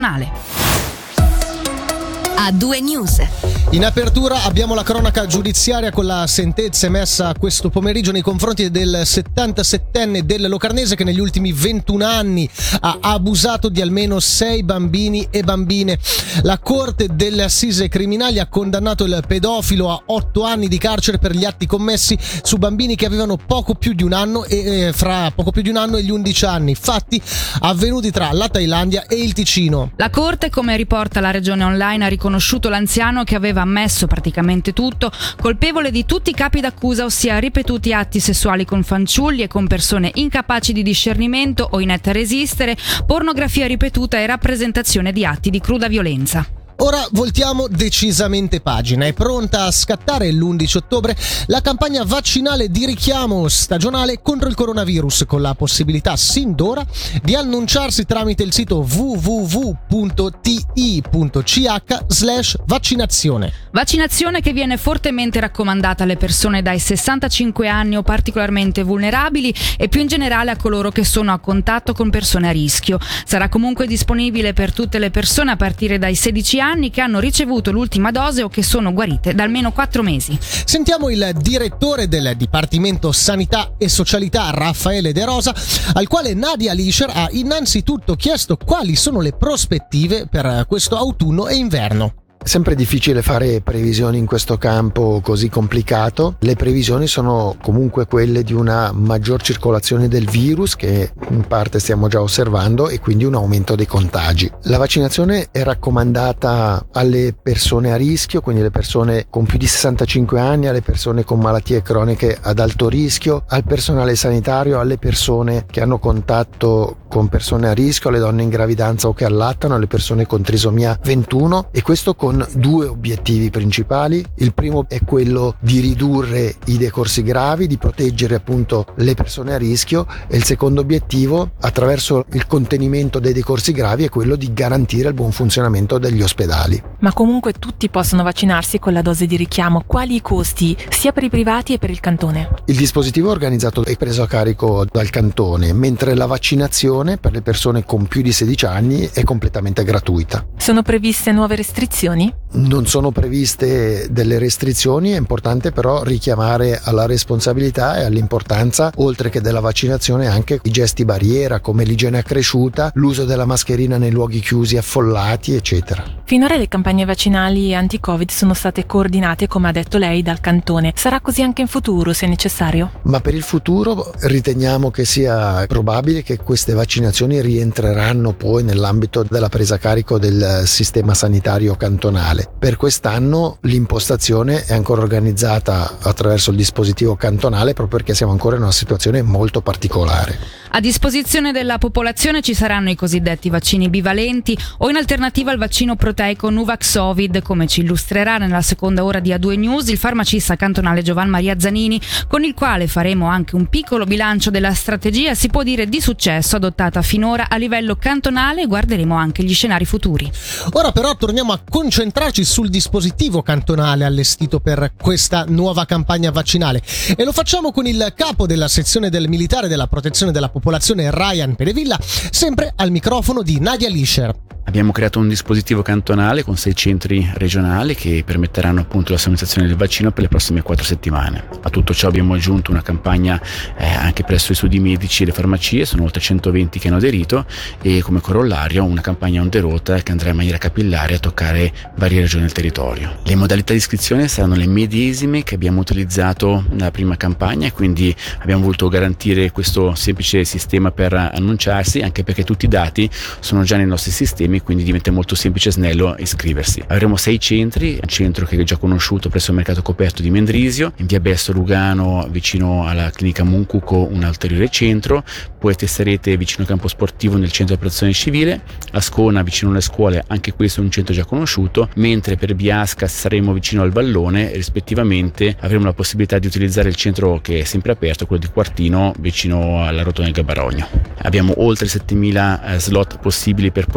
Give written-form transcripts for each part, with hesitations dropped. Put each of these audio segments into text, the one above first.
A2 News. In apertura abbiamo la cronaca giudiziaria con la sentenza emessa questo pomeriggio nei confronti del 77enne del Locarnese che negli ultimi 21 anni ha abusato di almeno 6 bambini e bambine. La Corte delle Assise Criminali ha condannato il pedofilo a 8 anni di carcere per gli atti commessi su bambini che avevano poco più di un anno e fra poco più di un anno e gli 11 anni, fatti avvenuti tra la Thailandia e il Ticino. La Corte, come riporta la Regione Online, ha riconosciuto l'anziano che aveva ammesso praticamente tutto, colpevole di tutti i capi d'accusa, ossia ripetuti atti sessuali con fanciulli e con persone incapaci di discernimento o inette a resistere, pornografia ripetuta e rappresentazione di atti di cruda violenza. Ora voltiamo decisamente pagina. È pronta a scattare l'11 ottobre la campagna vaccinale di richiamo stagionale contro il coronavirus, con la possibilità sin d'ora di annunciarsi tramite il sito www.ti.ch/vaccinazione. Vaccinazione che viene fortemente raccomandata alle persone dai 65 anni o particolarmente vulnerabili e più in generale a coloro che sono a contatto con persone a rischio. Sarà comunque disponibile per tutte le persone a partire dai 16 anni che hanno ricevuto l'ultima dose o che sono guarite da almeno 4 mesi. Sentiamo il direttore del Dipartimento Sanità e Socialità, Raffaele De Rosa, al quale Nadia Lischer ha innanzitutto chiesto quali sono le prospettive per questo autunno e inverno. È sempre difficile fare previsioni in questo campo così complicato. Le previsioni sono comunque quelle di una maggior circolazione del virus, che in parte stiamo già osservando, e quindi un aumento dei contagi. La vaccinazione è raccomandata alle persone a rischio, quindi alle persone con più di 65 anni, alle persone con malattie croniche ad alto rischio, al personale sanitario, alle persone che hanno contatto con persone a rischio, alle donne in gravidanza o che allattano, alle persone con trisomia 21, e questo con 2 obiettivi principali. Il primo è quello di ridurre i decorsi gravi, di proteggere appunto le persone a rischio, e il secondo obiettivo, attraverso il contenimento dei decorsi gravi, è quello di garantire il buon funzionamento degli ospedali. Ma comunque tutti possono vaccinarsi con la dose di richiamo. Quali i costi sia per i privati e per il cantone? Il dispositivo è organizzato e preso a carico dal cantone, mentre la vaccinazione per le persone con più di 16 anni è completamente gratuita. Sono previste nuove restrizioni? Non sono previste delle restrizioni, è importante però richiamare alla responsabilità e all'importanza, oltre che della vaccinazione, anche i gesti barriera come l'igiene accresciuta, l'uso della mascherina nei luoghi chiusi affollati, eccetera. Finora le campagne vaccinali anti-Covid sono state coordinate, come ha detto lei, dal cantone. Sarà così anche in futuro, se necessario? Ma per il futuro riteniamo che sia probabile che queste vaccinazioni rientreranno poi nell'ambito della presa a carico del sistema sanitario cantonale. Per quest'anno l'impostazione è ancora organizzata attraverso il dispositivo cantonale, proprio perché siamo ancora in una situazione molto particolare. A disposizione della popolazione ci saranno i cosiddetti vaccini bivalenti o in alternativa al vaccino proteico Nuvaxovid, come ci illustrerà nella seconda ora di A2 News il farmacista cantonale Giovan Maria Zanini, con il quale faremo anche un piccolo bilancio della strategia, si può dire di successo, adottata finora a livello cantonale, e guarderemo anche gli scenari futuri. Ora però torniamo a concentrarci sul dispositivo cantonale allestito per questa nuova campagna vaccinale, e lo facciamo con il capo della sezione del militare della protezione della popolazione, Ryan Perevilla, sempre al microfono di Nadia Lischer. Abbiamo creato un dispositivo cantonale con 6 centri regionali che permetteranno appunto la somministrazione del vaccino per le prossime 4 settimane. A tutto ciò abbiamo aggiunto una campagna anche presso i studi medici e le farmacie, sono oltre 120 che hanno aderito, e come corollario una campagna on the road che andrà in maniera capillare a toccare varie regioni del territorio. Le modalità di iscrizione saranno le medesime che abbiamo utilizzato nella prima campagna, e quindi abbiamo voluto garantire questo semplice sistema per annunciarsi, anche perché tutti i dati sono già nei nostri sistemi, quindi diventa molto semplice e snello iscriversi. Avremo 6 centri, un centro che è già conosciuto presso il mercato coperto di Mendrisio, in via Besto Lugano vicino alla clinica Moncuco un ulteriore centro, poi a Tesserete vicino al campo sportivo nel centro di protezione civile, a Scona vicino alle scuole, anche questo è un centro già conosciuto, mentre per Biasca saremo vicino al Vallone, rispettivamente avremo la possibilità di utilizzare il centro che è sempre aperto, quello di Quartino vicino alla rotonda del Gabarogno. Abbiamo oltre 7.000 slot possibili per poter vaccinare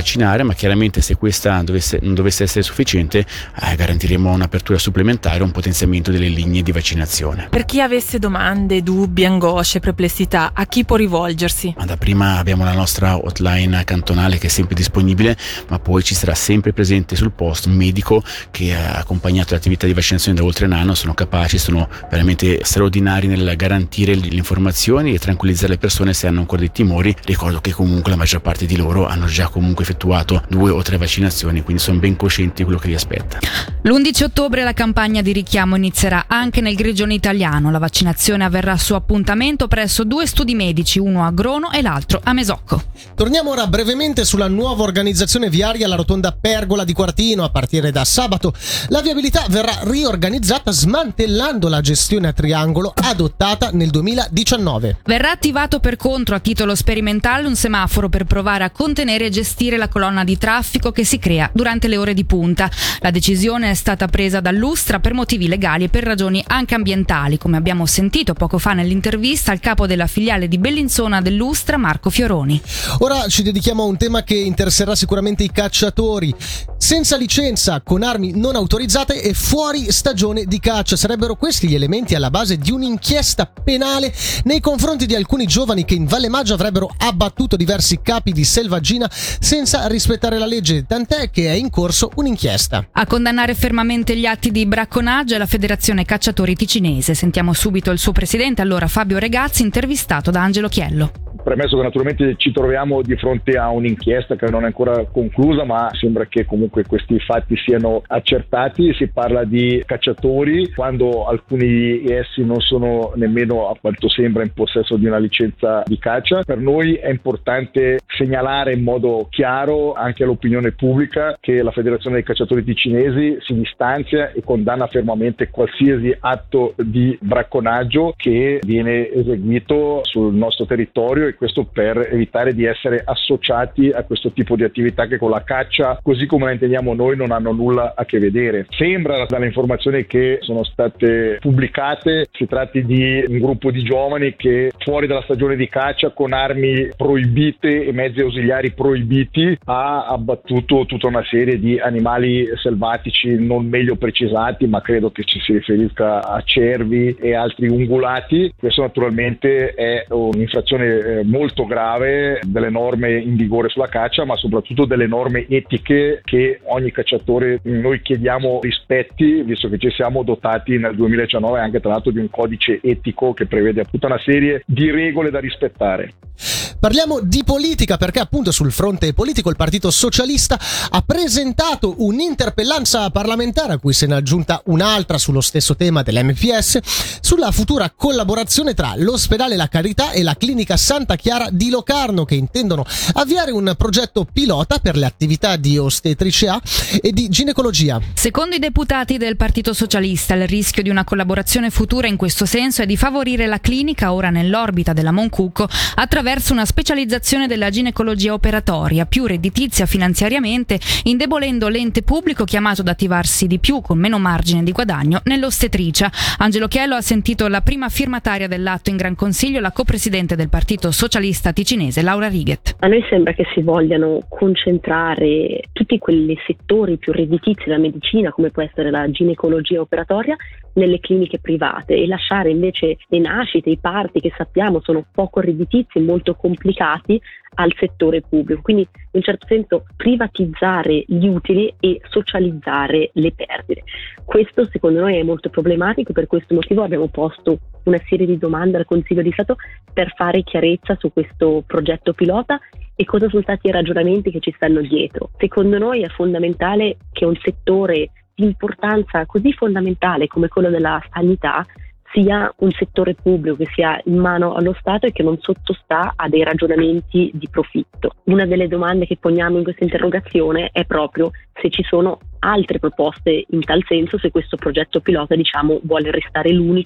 vaccinare, ma chiaramente se questa non dovesse essere sufficiente, garantiremo un'apertura supplementare, un potenziamento delle linee di vaccinazione. Per chi avesse domande, dubbi, angosce, perplessità, a chi può rivolgersi? Ma da prima abbiamo la nostra hotline cantonale che è sempre disponibile, ma poi ci sarà sempre presente sul posto un medico che ha accompagnato l'attività di vaccinazione da oltre un anno, sono veramente straordinari nel garantire le informazioni e tranquillizzare le persone se hanno ancora dei timori. Ricordo che comunque la maggior parte di loro hanno già comunque effettuato 2 o 3 vaccinazioni, quindi sono ben coscienti di quello che li aspetta. L'11 ottobre la campagna di richiamo inizierà anche nel Grigione italiano. La vaccinazione avverrà su appuntamento presso 2 studi medici, uno a Grono e l'altro a Mesocco. Torniamo ora brevemente sulla nuova organizzazione viaria alla rotonda Pergola di Quartino. A partire da sabato la viabilità verrà riorganizzata smantellando la gestione a triangolo adottata nel 2019. Verrà attivato per contro a titolo sperimentale un semaforo per provare a contenere e gestire la colonna di traffico che si crea durante le ore di punta. La decisione è stata presa dall'Ustra per motivi legali e per ragioni anche ambientali, come abbiamo sentito poco fa nell'intervista al capo della filiale di Bellinzona dell'Ustra, Marco Fioroni. Ora ci dedichiamo a un tema che interesserà sicuramente i cacciatori. Senza licenza, con armi non autorizzate e fuori stagione di caccia. Sarebbero questi gli elementi alla base di un'inchiesta penale nei confronti di alcuni giovani che in Valle Maggio avrebbero abbattuto diversi capi di selvaggina senza rispettare la legge, tant'è che è in corso un'inchiesta. A condannare fermamente gli atti di bracconaggio è la Federazione Cacciatori Ticinese. Sentiamo subito il suo presidente, allora Fabio Regazzi, intervistato da Angelo Chiello. Premesso che naturalmente ci troviamo di fronte a un'inchiesta che non è ancora conclusa, ma sembra che comunque questi fatti siano accertati. Si parla di cacciatori quando alcuni di essi non sono nemmeno, a quanto sembra, in possesso di una licenza di caccia. Per noi è importante segnalare in modo chiaro anche all'opinione pubblica che la Federazione dei Cacciatori Ticinesi si distanzia e condanna fermamente qualsiasi atto di bracconaggio che viene eseguito sul nostro territorio, e questo per evitare di essere associati a questo tipo di attività che con la caccia, così come la intendiamo noi, non hanno nulla a che vedere. Sembra dalle informazioni che sono state pubblicate si tratti di un gruppo di giovani che fuori dalla stagione di caccia con armi proibite e mezzi ausiliari proibiti ha abbattuto tutta una serie di animali selvatici non meglio precisati, ma credo che ci si riferisca a cervi e altri ungulati. Questo naturalmente è un'infrazione molto grave delle norme in vigore sulla caccia, ma soprattutto delle norme etiche che ogni cacciatore noi chiediamo rispetti, visto che ci siamo dotati nel 2019 anche tra l'altro di un codice etico che prevede tutta una serie di regole da rispettare. Parliamo di politica perché appunto sul fronte politico il Partito Socialista ha presentato un'interpellanza parlamentare a cui se ne è aggiunta un'altra sullo stesso tema dell'MPS sulla futura collaborazione tra l'ospedale La Carità e la clinica Santa Chiara di Locarno, che intendono avviare un progetto pilota per le attività di ostetricia e di ginecologia. Secondo i deputati del Partito Socialista, il rischio di una collaborazione futura in questo senso è di favorire la clinica, ora nell'orbita della Moncucco, attraverso una specializzazione della ginecologia operatoria, più redditizia finanziariamente, indebolendo l'ente pubblico chiamato ad attivarsi di più con meno margine di guadagno nell'ostetricia. Angelo Chiello ha sentito la prima firmataria dell'atto in Gran Consiglio, la copresidente del Partito Socialista ticinese, Laura Righet. A noi sembra che si vogliano concentrare tutti quei settori più redditizi della medicina, come può essere la ginecologia operatoria, nelle cliniche private e lasciare invece le nascite, i parti che sappiamo sono poco redditizi e molto complicati al settore pubblico. Quindi in un certo senso privatizzare gli utili e socializzare le perdite. Questo secondo noi è molto problematico, per questo motivo abbiamo posto una serie di domande al Consiglio di Stato per fare chiarezza su questo progetto pilota e cosa sono stati i ragionamenti che ci stanno dietro. Secondo noi è fondamentale che un settore di importanza così fondamentale come quello della sanità sia un settore pubblico che sia in mano allo Stato e che non sottostà a dei ragionamenti di profitto. Una delle domande che poniamo in questa interrogazione è proprio se ci sono altre proposte in tal senso, se questo progetto pilota vuole restare l'unico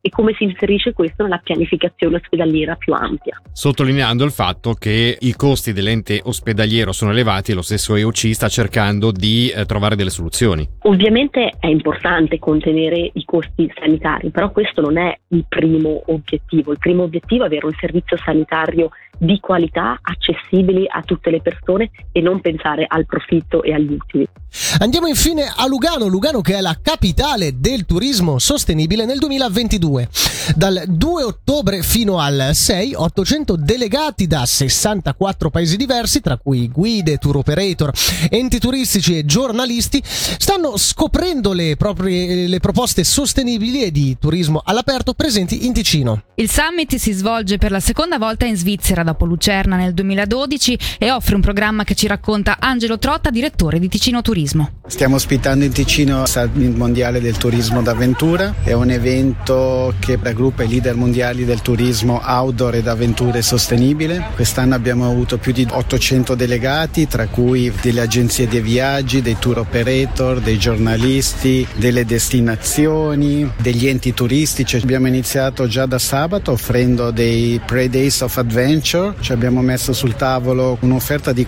e come si inserisce questo nella pianificazione ospedaliera più ampia. Sottolineando il fatto che i costi dell'ente ospedaliero sono elevati e lo stesso EOC sta cercando di trovare delle soluzioni. Ovviamente è importante contenere i costi sanitari, però questo non è il primo obiettivo. Il primo obiettivo è avere un servizio sanitario di qualità, accessibili a tutte le persone e non pensare al profitto e agli utili. Andiamo infine a Lugano che è la capitale del turismo sostenibile nel 2022. Dal 2 ottobre fino al 6, 800 delegati da 64 paesi diversi, tra cui guide, tour operator, enti turistici e giornalisti, stanno scoprendo le proposte sostenibili e di turismo all'aperto presenti in Ticino. Il summit si svolge per la seconda volta in Svizzera dopo Lucerna nel 2012 e offre un programma che ci racconta Angelo Trotta, direttore di Ticino Turismo. Stiamo ospitando in Ticino il Summit Mondiale del Turismo d'Avventura, è un evento che raggruppa i leader mondiali del turismo outdoor ed avventure sostenibile. Quest'anno abbiamo avuto più di 800 delegati, tra cui delle agenzie di viaggi, dei tour operator, dei giornalisti, delle destinazioni, degli enti turistici. Abbiamo iniziato già da sabato offrendo dei pre-days of adventure, ci abbiamo messo sul tavolo un'offerta di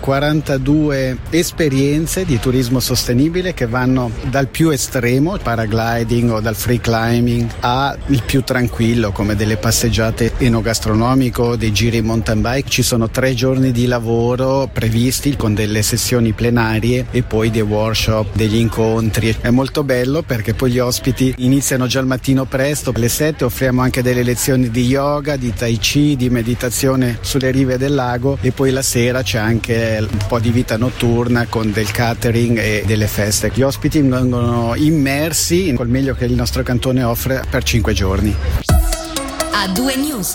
42 esperienze di turismo sostenibile che vanno dal più estremo, paragliding o dal free climbing, a il più tranquillo come delle passeggiate enogastronomico, dei giri in mountain bike. Ci sono 3 giorni di lavoro previsti con delle sessioni plenarie e poi dei workshop, degli incontri. È molto bello perché poi gli ospiti iniziano già al mattino presto, alle 7 offriamo anche delle lezioni di yoga, di tai chi, di meditazione sulle rive del lago e poi la sera c'è anche un po' di vita notturna con del catering e delle feste. Gli ospiti vengono immersi col meglio che il nostro cantone offre per 5 giorni. A2 News.